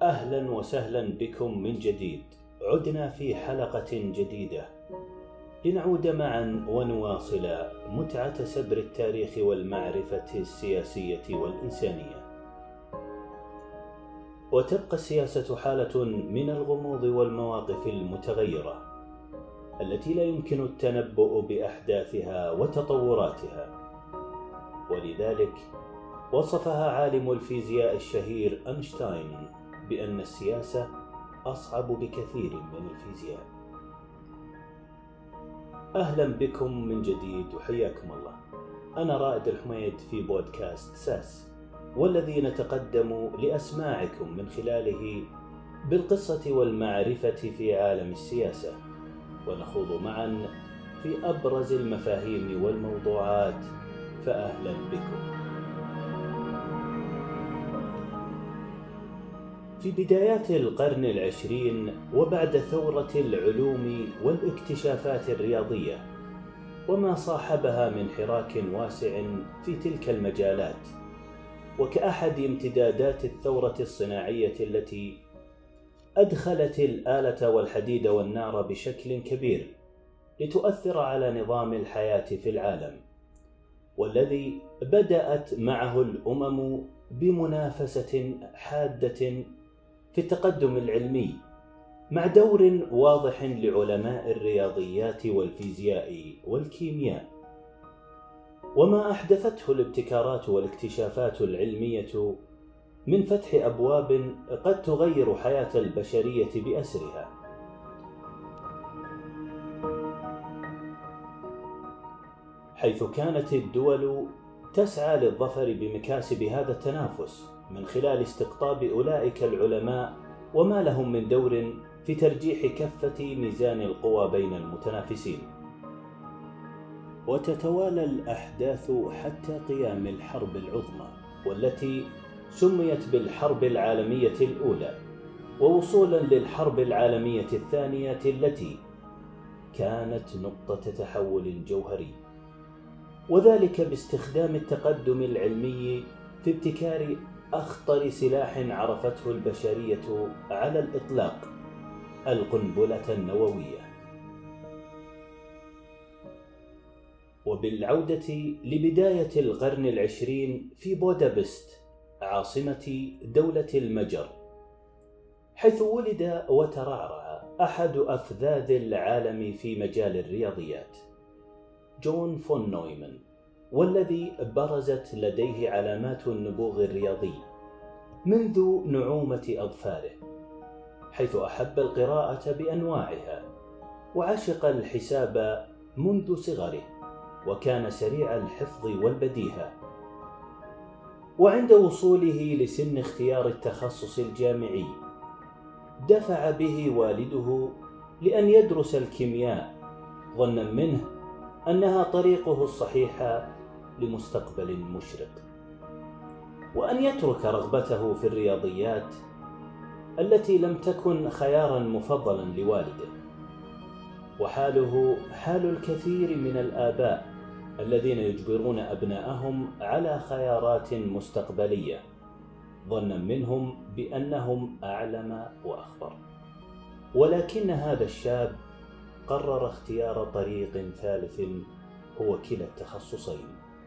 أهلا وسهلا بكم من جديد. عدنا في حلقة جديدة لنعود معا ونواصل متعة سبر التاريخ والمعرفة السياسية والإنسانية. وتبقى السياسة حالة من الغموض والمواقف المتغيرة التي لا يمكن التنبؤ بأحداثها وتطوراتها، ولذلك وصفها عالم الفيزياء الشهير أينشتاين بأن السياسة أصعب بكثير من الفيزياء. أهلا بكم من جديد وحياكم الله. أنا رائد الحميد في بودكاست ساس، والذي نتقدم لأسماعكم من خلاله بالقصة والمعرفة في عالم السياسة، ونخوض معا في أبرز المفاهيم والموضوعات. فأهلا بكم. في بدايات القرن العشرين وبعد ثورة العلوم والاكتشافات الرياضية وما صاحبها من حراك واسع في تلك المجالات، وكأحد امتدادات الثورة الصناعية التي أدخلت الآلة والحديد والنار بشكل كبير لتؤثر على نظام الحياة في العالم، والذي بدأت معه الأمم بمنافسة حادة في التقدم العلمي، مع دور واضح لعلماء الرياضيات والفيزياء والكيمياء. وما أحدثته الابتكارات والاكتشافات العلمية من فتح أبواب قد تغير حياة البشرية بأسرها. حيث كانت الدول تسعى للظفر بمكاسب هذا التنافس من خلال استقطاب أولئك العلماء وما لهم من دور في ترجيح كفة ميزان القوى بين المتنافسين. وتتوالى الأحداث حتى قيام الحرب العظمى، والتي سميت بالحرب العالمية الأولى، ووصولا للحرب العالمية الثانية التي كانت نقطة تحول جوهري، وذلك باستخدام التقدم العلمي في ابتكار أخطر سلاح عرفته البشرية على الإطلاق، القنبلة النووية. وبالعودة لبداية القرن العشرين في بودابست عاصمة دولة المجر، حيث ولد وترعرع أحد أفذاذ العالم في مجال الرياضيات، جون فون نويمان، والذي برزت لديه علامات النبوغ الرياضي منذ نعومة أظفاره، حيث أحب القراءة بأنواعها وعشق الحساب منذ صغره، وكان سريع الحفظ والبديهة. وعند وصوله لسن اختيار التخصص الجامعي دفع به والده لأن يدرس الكيمياء، ظنا منه أنها طريقه الصحيح لمستقبل مشرق، وأن يترك رغبته في الرياضيات التي لم تكن خيارا مفضلا لوالده. وحاله حال الكثير من الآباء الذين يجبرون أبنائهم على خيارات مستقبلية ظنا منهم بأنهم أعلم وأخبر. ولكن هذا الشاب قرر اختيار طريق ثالث هو كلا التخصصين،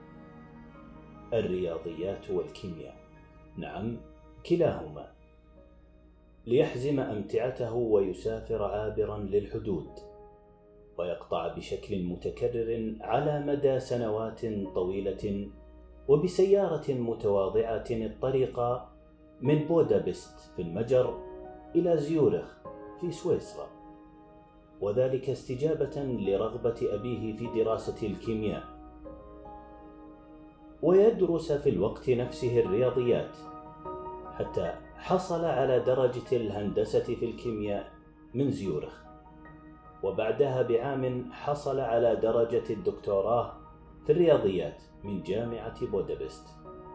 الرياضيات والكيمياء، نعم كلاهما، ليحزم أمتعته ويسافر عابرا للحدود، ويقطع بشكل متكرر على مدى سنوات طويلة وبسيارة متواضعة الطريق من بودابست في المجر إلى زيورخ في سويسرا، وذلك استجابة لرغبة أبيه في دراسة الكيمياء، ويدرس في الوقت نفسه الرياضيات، حتى حصل على درجة الهندسة في الكيمياء من زيورخ، وبعدها بعام حصل على درجة الدكتوراه في الرياضيات من جامعة بودابست،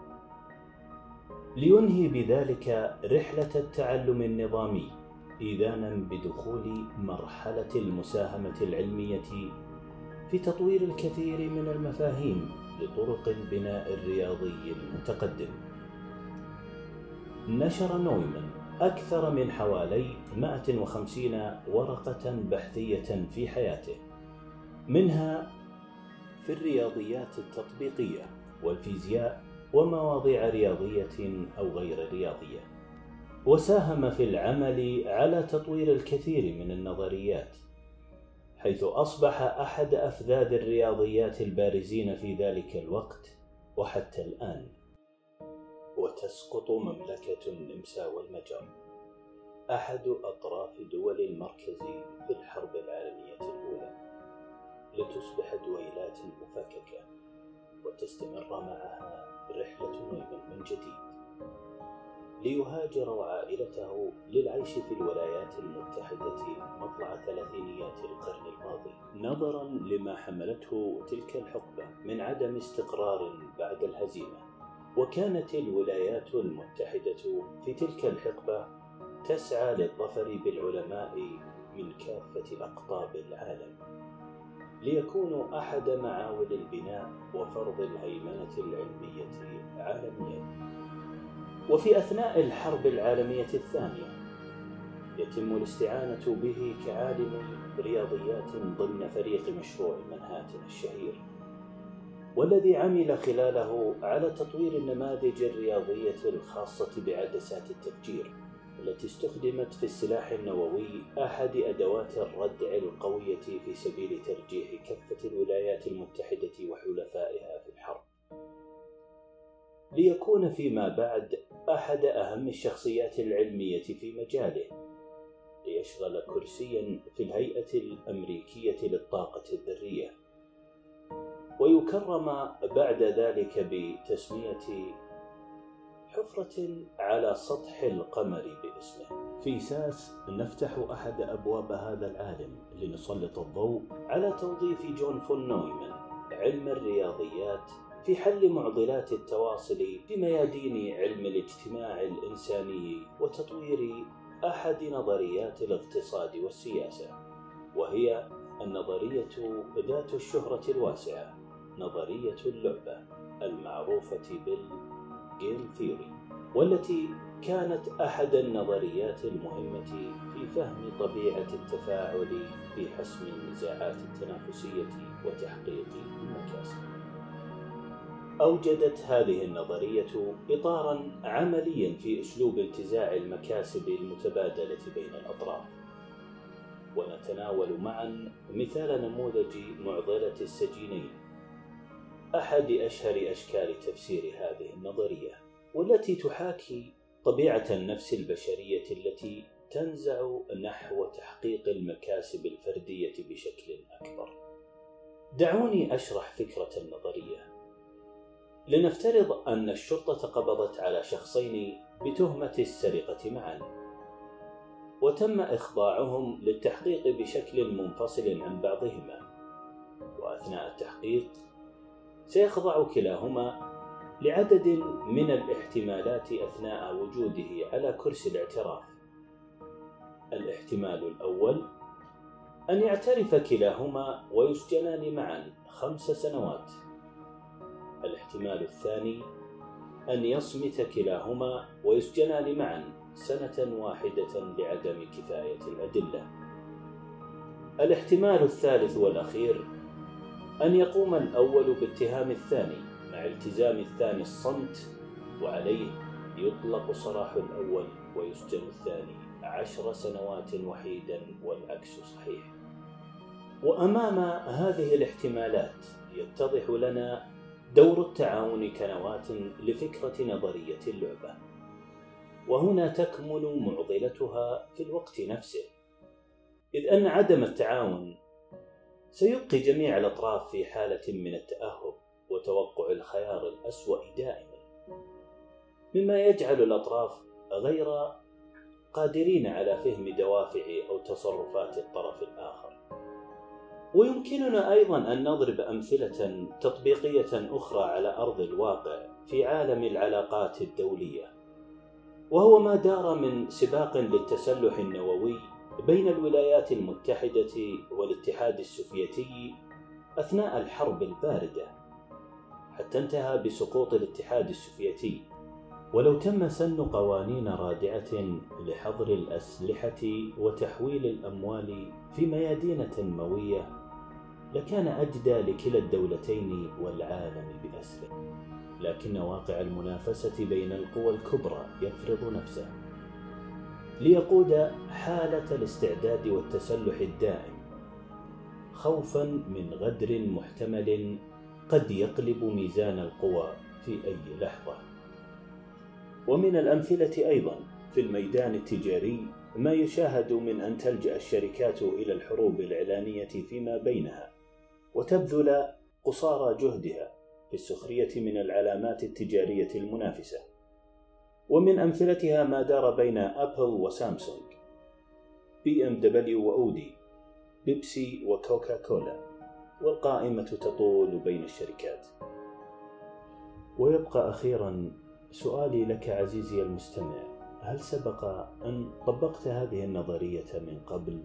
لينهي بذلك رحلة التعلم النظامي، إذانا بدخول مرحلة المساهمة العلمية في تطوير الكثير من المفاهيم لطرق البناء الرياضي المتقدم. نشر نويمان أكثر من حوالي 150 ورقة بحثية في حياته، منها في الرياضيات التطبيقية والفيزياء ومواضيع رياضية أو غير رياضية. وساهم في العمل على تطوير الكثير من النظريات، حيث أصبح أحد أفذاذ الرياضيات البارزين في ذلك الوقت وحتى الآن. وتسقط مملكة النمسا والمجر، أحد أطراف دول المركز في الحرب العالمية الأولى، لتصبح دويلات مفككة، وتستمر معها رحلة نويمان من جديد ليهاجر وعائلته للعيش في الولايات المتحدة مطلع ثلاثينيات القرن الماضي، نظرا لما حملته تلك الحقبة من عدم استقرار بعد الهزيمة. وكانت الولايات المتحدة في تلك الحقبة تسعى للظفر بالعلماء من كافة أقطاب العالم، ليكونوا أحد معاول البناء وفرض الهيمنة العلمية عالميا. وفي أثناء الحرب العالمية الثانية يتم الاستعانة به كعالم رياضيات ضمن فريق مشروع منهاتن الشهير، والذي عمل خلاله على تطوير النماذج الرياضية الخاصة بعدسات التفجير التي استخدمت في السلاح النووي، أحد أدوات الردع القوية في سبيل ترجيح كفة الولايات المتحدة وحلفائها في الحرب، ليكون فيما بعد أحد أهم الشخصيات العلمية في مجاله، ليشغل كرسيا في الهيئة الأمريكية للطاقة الذرية، ويكرم بعد ذلك بتسمية حفرة على سطح القمر باسمه. في ساس نفتح أحد أبواب هذا العالم لنسلط الضوء على توظيف جون فون نويمان علم الرياضيات في حل معضلات التواصل في ميادين علم الاجتماع الإنساني وتطوير أحد نظريات الاقتصاد والسياسة، وهي النظرية ذات الشهرة الواسعة، نظرية اللعبة المعروفة بالجيم ثيوري، والتي كانت أحد النظريات المهمة في فهم طبيعة التفاعل في حسم النزاعات التنافسية وتحقيق المكاسب. أوجدت هذه النظرية إطاراً عملياً في أسلوب انتزاع المكاسب المتبادلة بين الأطراف. ونتناول معاً مثال نموذج معضلة السجينين، أحد أشهر أشكال تفسير هذه النظرية، والتي تحاكي طبيعة النفس البشرية التي تنزع نحو تحقيق المكاسب الفردية بشكل أكبر. دعوني أشرح فكرة النظرية. لنفترض أن الشرطة قبضت على شخصين بتهمة السرقة معا، وتم إخضاعهم للتحقيق بشكل منفصل عن بعضهما، وأثناء التحقيق سيخضع كلاهما لعدد من الاحتمالات أثناء وجوده على كرسي الاعتراف. الاحتمال الأول أن يعترف كلاهما ويسجنان معا 5 سنوات. الاحتمال الثاني أن يصمت كلاهما ويسجنان معا 1 سنة لعدم كفاية الأدلة. الاحتمال الثالث والأخير أن يقوم الأول باتهام الثاني مع التزام الثاني الصمت، وعليه يطلق سراح الأول ويسجن الثاني 10 سنوات وحيدا، والعكس صحيح. وأمام هذه الاحتمالات يتضح لنا دور التعاون كنواة لفكرة نظرية اللعبة، وهنا تكمن معضلتها في الوقت نفسه، إذ أن عدم التعاون سيبقي جميع الأطراف في حالة من التأهب وتوقع الخيار الأسوأ دائما، مما يجعل الأطراف غير قادرين على فهم دوافع أو تصرفات الطرف الآخر. ويمكننا أيضا أن نضرب أمثلة تطبيقية أخرى على أرض الواقع في عالم العلاقات الدولية، وهو ما دار من سباق للتسلح النووي بين الولايات المتحدة والاتحاد السوفيتي أثناء الحرب الباردة، حتى انتهى بسقوط الاتحاد السوفيتي ولو تم سن قوانين رادعة لحظر الأسلحة وتحويل الأموال في ميادين تنموية لكان أجدى لكلا الدولتين والعالم بأسره، لكن واقع المنافسة بين القوى الكبرى يفرض نفسه ليقود حالة الاستعداد والتسلح الدائم، خوفا من غدر محتمل قد يقلب ميزان القوى في أي لحظة. ومن الأمثلة أيضا في الميدان التجاري ما يشاهد من أن تلجأ الشركات إلى الحروب الإعلانية فيما بينها وتبذل قصارى جهدها في السخرية من العلامات التجارية المنافسة. ومن أمثلتها ما دار بين أبل وسامسونج، BMW وأودي، بيبسي وكوكا كولا، والقائمة تطول بين الشركات. ويبقى أخيرا سؤالي لك عزيزي المستمع، هل سبق أن طبقت هذه النظرية من قبل؟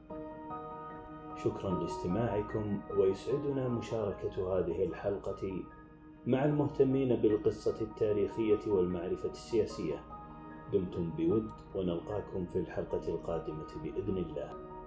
شكرا لاستماعكم، ويسعدنا مشاركة هذه الحلقة مع المهتمين بالقصة التاريخية والمعرفة السياسية. دمتم بود، ونلقاكم في الحلقة القادمة بإذن الله.